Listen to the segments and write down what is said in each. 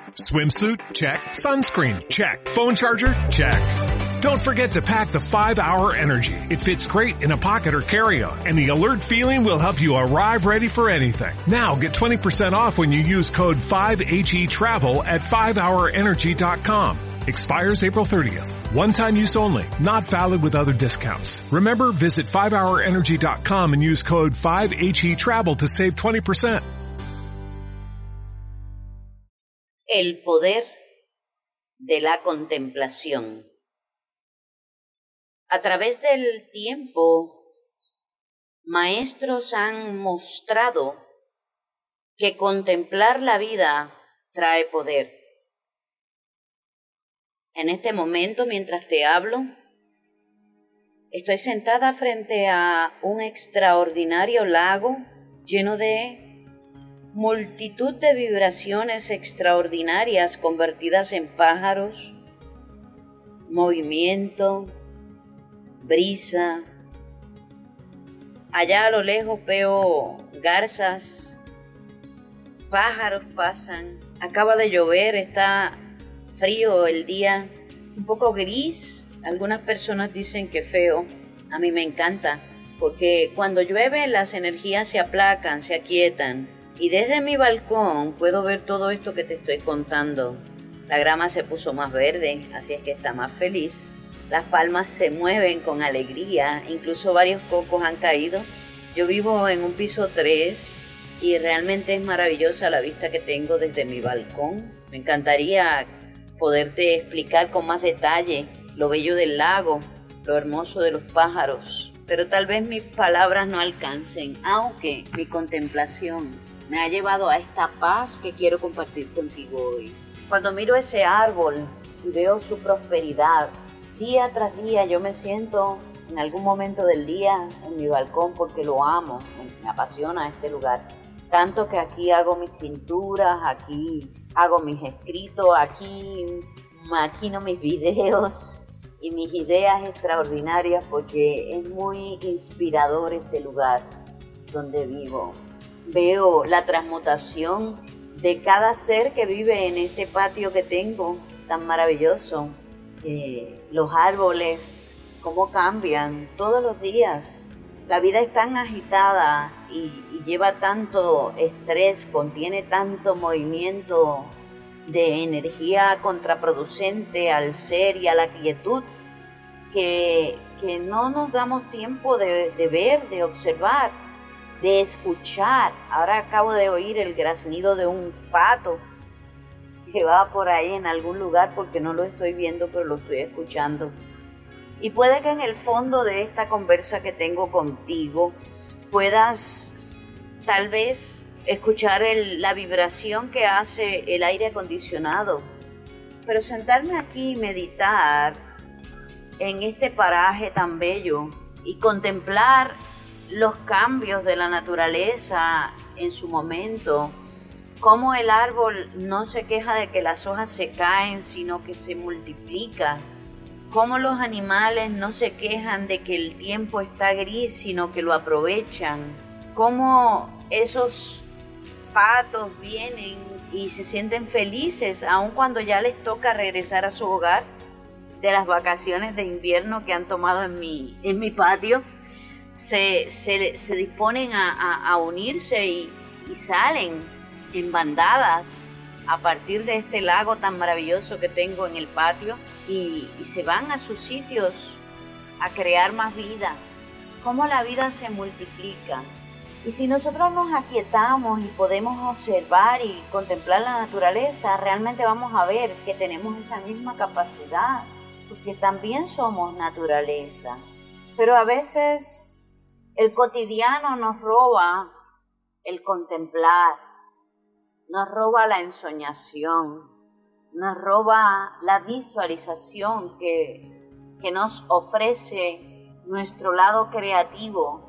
Swimsuit? Check. Sunscreen? Check. Phone charger? Check. Don't forget to pack the 5-Hour Energy. It fits great in a pocket or carry-on, and the alert feeling will help you arrive ready for anything. Now get 20% off when you use code 5HETRAVEL at 5hourenergy.com. Expires April 30th. One-time use only. Not valid with other discounts. Remember, visit 5hourenergy.com and use code 5HETRAVEL to save 20%. El poder de la contemplación. A través del tiempo, maestros han mostrado que contemplar la vida trae poder. En este momento, mientras te hablo, estoy sentada frente a un extraordinario lago lleno de multitud de vibraciones extraordinarias convertidas en pájaros, movimiento, brisa. Allá a lo lejos veo garzas, pájaros pasan. Acaba de llover, está frío el día, un poco gris. Algunas personas dicen que feo. A mí me encanta, porque cuando llueve las energías se aplacan, se aquietan. Y desde mi balcón puedo ver todo esto que te estoy contando. La grama se puso más verde, así es que está más feliz. Las palmas se mueven con alegría, incluso varios cocos han caído. Yo vivo en un piso 3 y realmente es maravillosa la vista que tengo desde mi balcón. Me encantaría poderte explicar con más detalle lo bello del lago, lo hermoso de los pájaros, pero tal vez mis palabras no alcancen, aunque mi contemplación me ha llevado a esta paz que quiero compartir contigo hoy. Cuando miro ese árbol y veo su prosperidad, día tras día yo me siento en algún momento del día en mi balcón porque lo amo, me apasiona este lugar. Tanto que aquí hago mis pinturas, aquí hago mis escritos, aquí maquino mis videos y mis ideas extraordinarias porque es muy inspirador este lugar donde vivo. Veo la transmutación de cada ser que vive en este patio que tengo tan maravilloso. Los árboles, cómo cambian todos los días. La vida es tan agitada y lleva tanto estrés, contiene tanto movimiento de energía contraproducente al ser y a la quietud que no nos damos tiempo de ver, de observar, de escuchar. Ahora acabo de oír el graznido de un pato que va por ahí en algún lugar porque no lo estoy viendo, pero lo estoy escuchando. Y puede que en el fondo de esta conversa que tengo contigo puedas tal vez escuchar la vibración que hace el aire acondicionado. Pero sentarme aquí y meditar en este paraje tan bello y contemplar los cambios de la naturaleza en su momento, cómo el árbol no se queja de que las hojas se caen, sino que se multiplica, cómo los animales no se quejan de que el tiempo está gris, sino que lo aprovechan, cómo esos patos vienen y se sienten felices, aun cuando ya les toca regresar a su hogar de las vacaciones de invierno que han tomado en mi patio. Se disponen a unirse y salen en bandadas a partir de este lago tan maravilloso que tengo en el patio y se van a sus sitios a crear más vida. Cómo la vida se multiplica. Y si nosotros nos aquietamos y podemos observar y contemplar la naturaleza, realmente vamos a ver que tenemos esa misma capacidad, porque también somos naturaleza. Pero a veces el cotidiano nos roba el contemplar, nos roba la ensoñación, nos roba la visualización que nos ofrece nuestro lado creativo,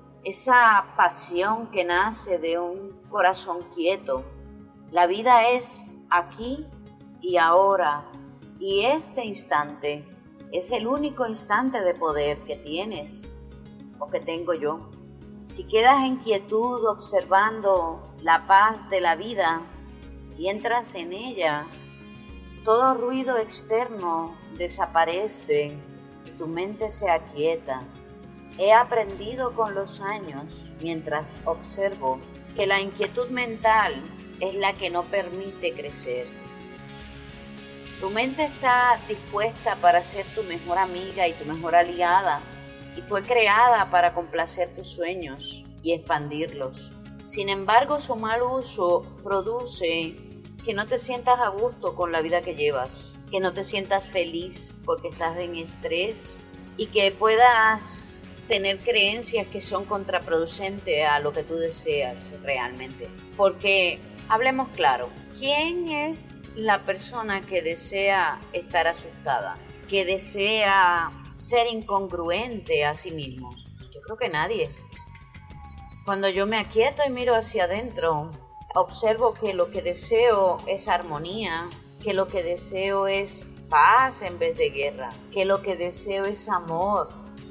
esa pasión que nace de un corazón quieto. La vida es aquí y ahora, y este instante es el único instante de poder que tienes o que tengo yo. Si quedas en quietud observando la paz de la vida, y entras en ella, todo ruido externo desaparece y tu mente se aquieta. He aprendido con los años, mientras observo, que la inquietud mental es la que no permite crecer. Tu mente está dispuesta para ser tu mejor amiga y tu mejor aliada y fue creada para complacer tus sueños y expandirlos. Sin embargo, su mal uso produce que no te sientas a gusto con la vida que llevas, que no te sientas feliz porque estás en estrés y que puedas tener creencias que son contraproducentes a lo que tú deseas realmente. Porque, hablemos claro, ¿quién es la persona que desea estar asustada? Que desea ser incongruente a sí mismo. Yo creo que nadie. Cuando yo me aquieto y miro hacia adentro, observo que lo que deseo es armonía, que lo que deseo es paz en vez de guerra, que lo que deseo es amor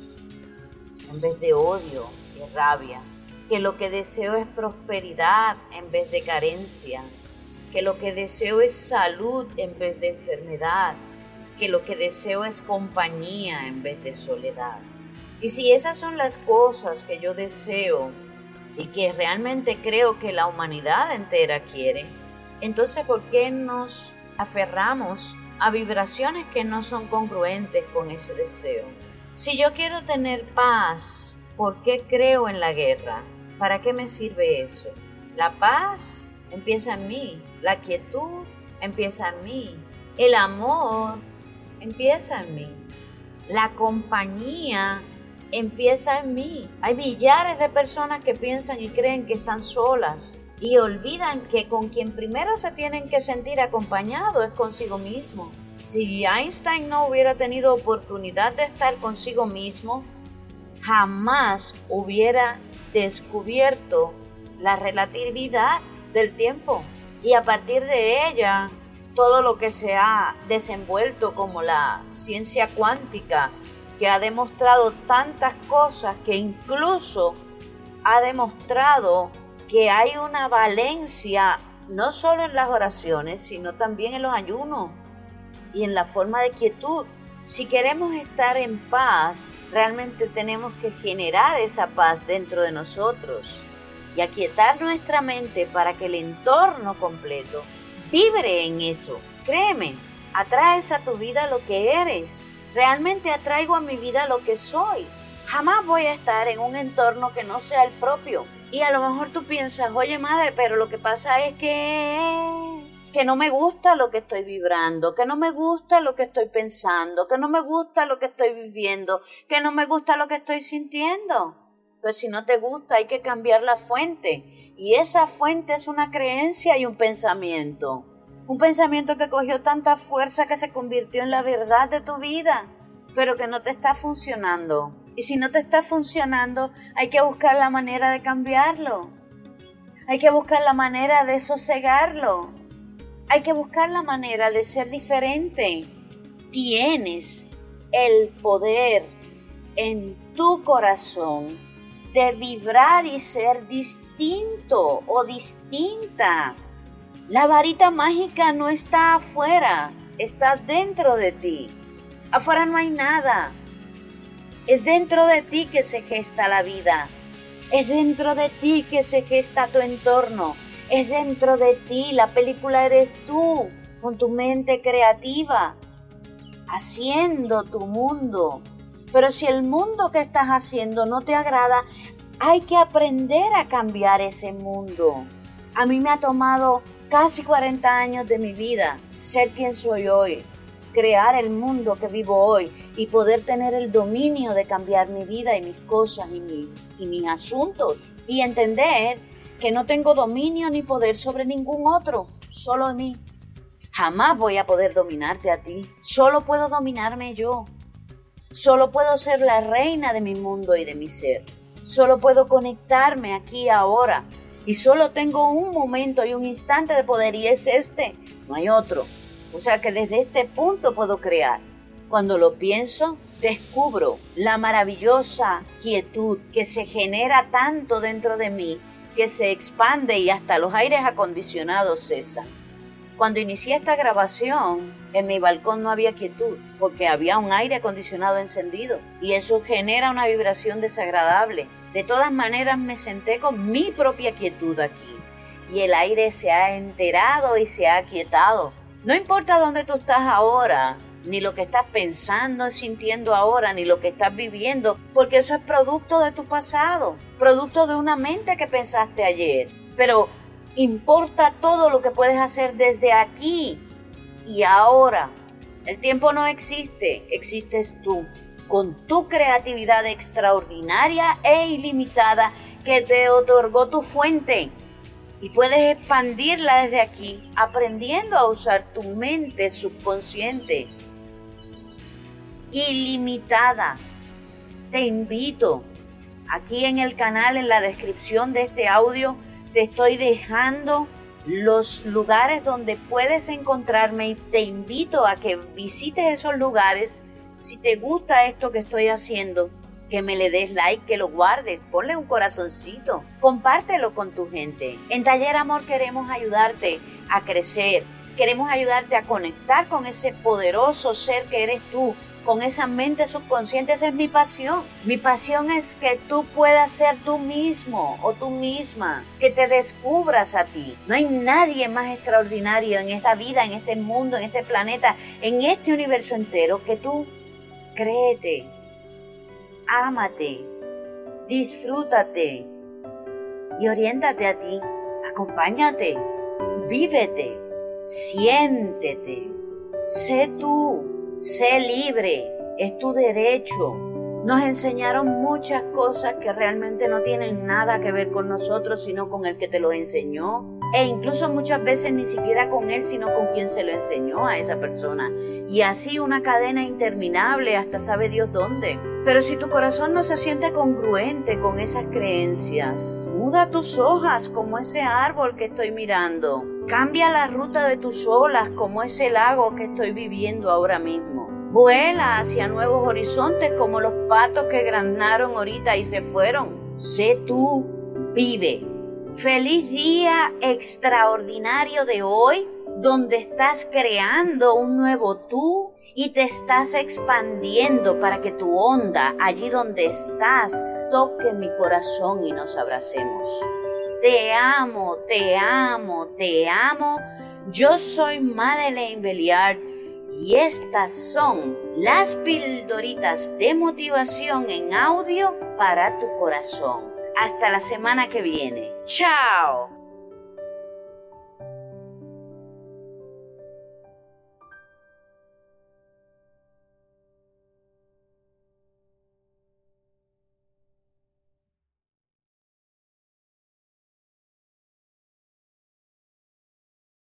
en vez de odio y rabia, que lo que deseo es prosperidad en vez de carencia, que lo que deseo es salud en vez de enfermedad, que lo que deseo es compañía en vez de soledad. Y si esas son las cosas que yo deseo y que realmente creo que la humanidad entera quiere, entonces ¿por qué nos aferramos a vibraciones que no son congruentes con ese deseo? Si yo quiero tener paz, ¿por qué creo en la guerra? ¿Para qué me sirve eso? La paz empieza en mí, la quietud empieza en mí, el amor empieza en mí, la compañía empieza en mí. Hay millares de personas que piensan y creen que están solas y olvidan que con quien primero se tienen que sentir acompañados es consigo mismo. Si Einstein no hubiera tenido oportunidad de estar consigo mismo, jamás hubiera descubierto la relatividad del tiempo. Y a partir de ella, todo lo que se ha desenvuelto como la ciencia cuántica, que ha demostrado tantas cosas, que incluso ha demostrado que hay una valencia no solo en las oraciones, sino también en los ayunos y en la forma de quietud. Si queremos estar en paz, realmente tenemos que generar esa paz dentro de nosotros y aquietar nuestra mente para que el entorno completo vibre en eso. Créeme, atraes a tu vida lo que eres. Realmente atraigo a mi vida lo que soy. Jamás voy a estar en un entorno que no sea el propio. Y a lo mejor tú piensas, oye madre, pero lo que pasa es que no me gusta lo que estoy vibrando, que no me gusta lo que estoy pensando, que no me gusta lo que estoy viviendo, que no me gusta lo que estoy sintiendo. Pues si no te gusta hay que cambiar la fuente. Y esa fuente es una creencia y un pensamiento. Un pensamiento que cogió tanta fuerza que se convirtió en la verdad de tu vida, pero que no te está funcionando. Y si no te está funcionando, hay que buscar la manera de cambiarlo. Hay que buscar la manera de sosegarlo. Hay que buscar la manera de ser diferente. Tienes el poder en tu corazón de vibrar y ser distinto o distinta. La varita mágica no está afuera, está dentro de ti. Afuera no hay nada. Es dentro de ti que se gesta la vida. Es dentro de ti que se gesta tu entorno. Es dentro de ti. La película eres tú, con tu mente creativa, haciendo tu mundo. Pero si el mundo que estás haciendo no te agrada, hay que aprender a cambiar ese mundo. A mí me ha tomado casi 40 años de mi vida ser quien soy hoy, crear el mundo que vivo hoy y poder tener el dominio de cambiar mi vida y mis cosas y mis asuntos y entender que no tengo dominio ni poder sobre ningún otro, solo de mí. Jamás voy a poder dominarte a ti, solo puedo dominarme yo. Solo puedo ser la reina de mi mundo y de mi ser. Solo puedo conectarme aquí ahora. Y solo tengo un momento y un instante de poder y es este, no hay otro. O sea que desde este punto puedo crear. Cuando lo pienso, descubro la maravillosa quietud que se genera tanto dentro de mí, que se expande y hasta los aires acondicionados cesan. Cuando inicié esta grabación, en mi balcón no había quietud, porque había un aire acondicionado encendido, y eso genera una vibración desagradable. De todas maneras, me senté con mi propia quietud aquí, y el aire se ha enterado y se ha aquietado. No importa dónde tú estás ahora, ni lo que estás pensando, sintiendo ahora, ni lo que estás viviendo, porque eso es producto de tu pasado, producto de una mente que pensaste ayer. Pero importa todo lo que puedes hacer desde aquí y ahora. El tiempo no existe, existes tú, con tu creatividad extraordinaria e ilimitada que te otorgó tu fuente. Y puedes expandirla desde aquí, aprendiendo a usar tu mente subconsciente ilimitada. Te invito, aquí en el canal, en la descripción de este audio, te estoy dejando los lugares donde puedes encontrarme y te invito a que visites esos lugares. Si te gusta esto que estoy haciendo, que me le des like, que lo guardes, ponle un corazoncito, compártelo con tu gente. En Taller Amor queremos ayudarte a crecer, queremos ayudarte a conectar con ese poderoso ser que eres tú, con esa mente subconsciente. Esa es mi pasión. Mi pasión es que tú puedas ser tú mismo o tú misma, que te descubras a ti. No hay nadie más extraordinario en esta vida, en este mundo, en este planeta, en este universo entero que tú. Créete, ámate, disfrútate y oriéntate a ti. Acompáñate, vívete, siéntete, sé tú. Sé libre, es tu derecho. Nos enseñaron muchas cosas que realmente no tienen nada que ver con nosotros, sino con el que te lo enseñó. E incluso muchas veces ni siquiera con él, sino con quien se lo enseñó a esa persona. Y así una cadena interminable hasta sabe Dios dónde. Pero si tu corazón no se siente congruente con esas creencias, muda tus hojas como ese árbol que estoy mirando. Cambia la ruta de tus olas como ese lago que estoy viviendo ahora mismo. Vuela hacia nuevos horizontes como los patos que granaron ahorita y se fueron. Sé tú, vive. Feliz día extraordinario de hoy, donde estás creando un nuevo tú y te estás expandiendo para que tu onda, allí donde estás, toque mi corazón y nos abracemos. Te amo, te amo, te amo. Yo soy Madeleine Belliard y estas son las pildoritas de motivación en audio para tu corazón. Hasta la semana que viene. ¡Chao!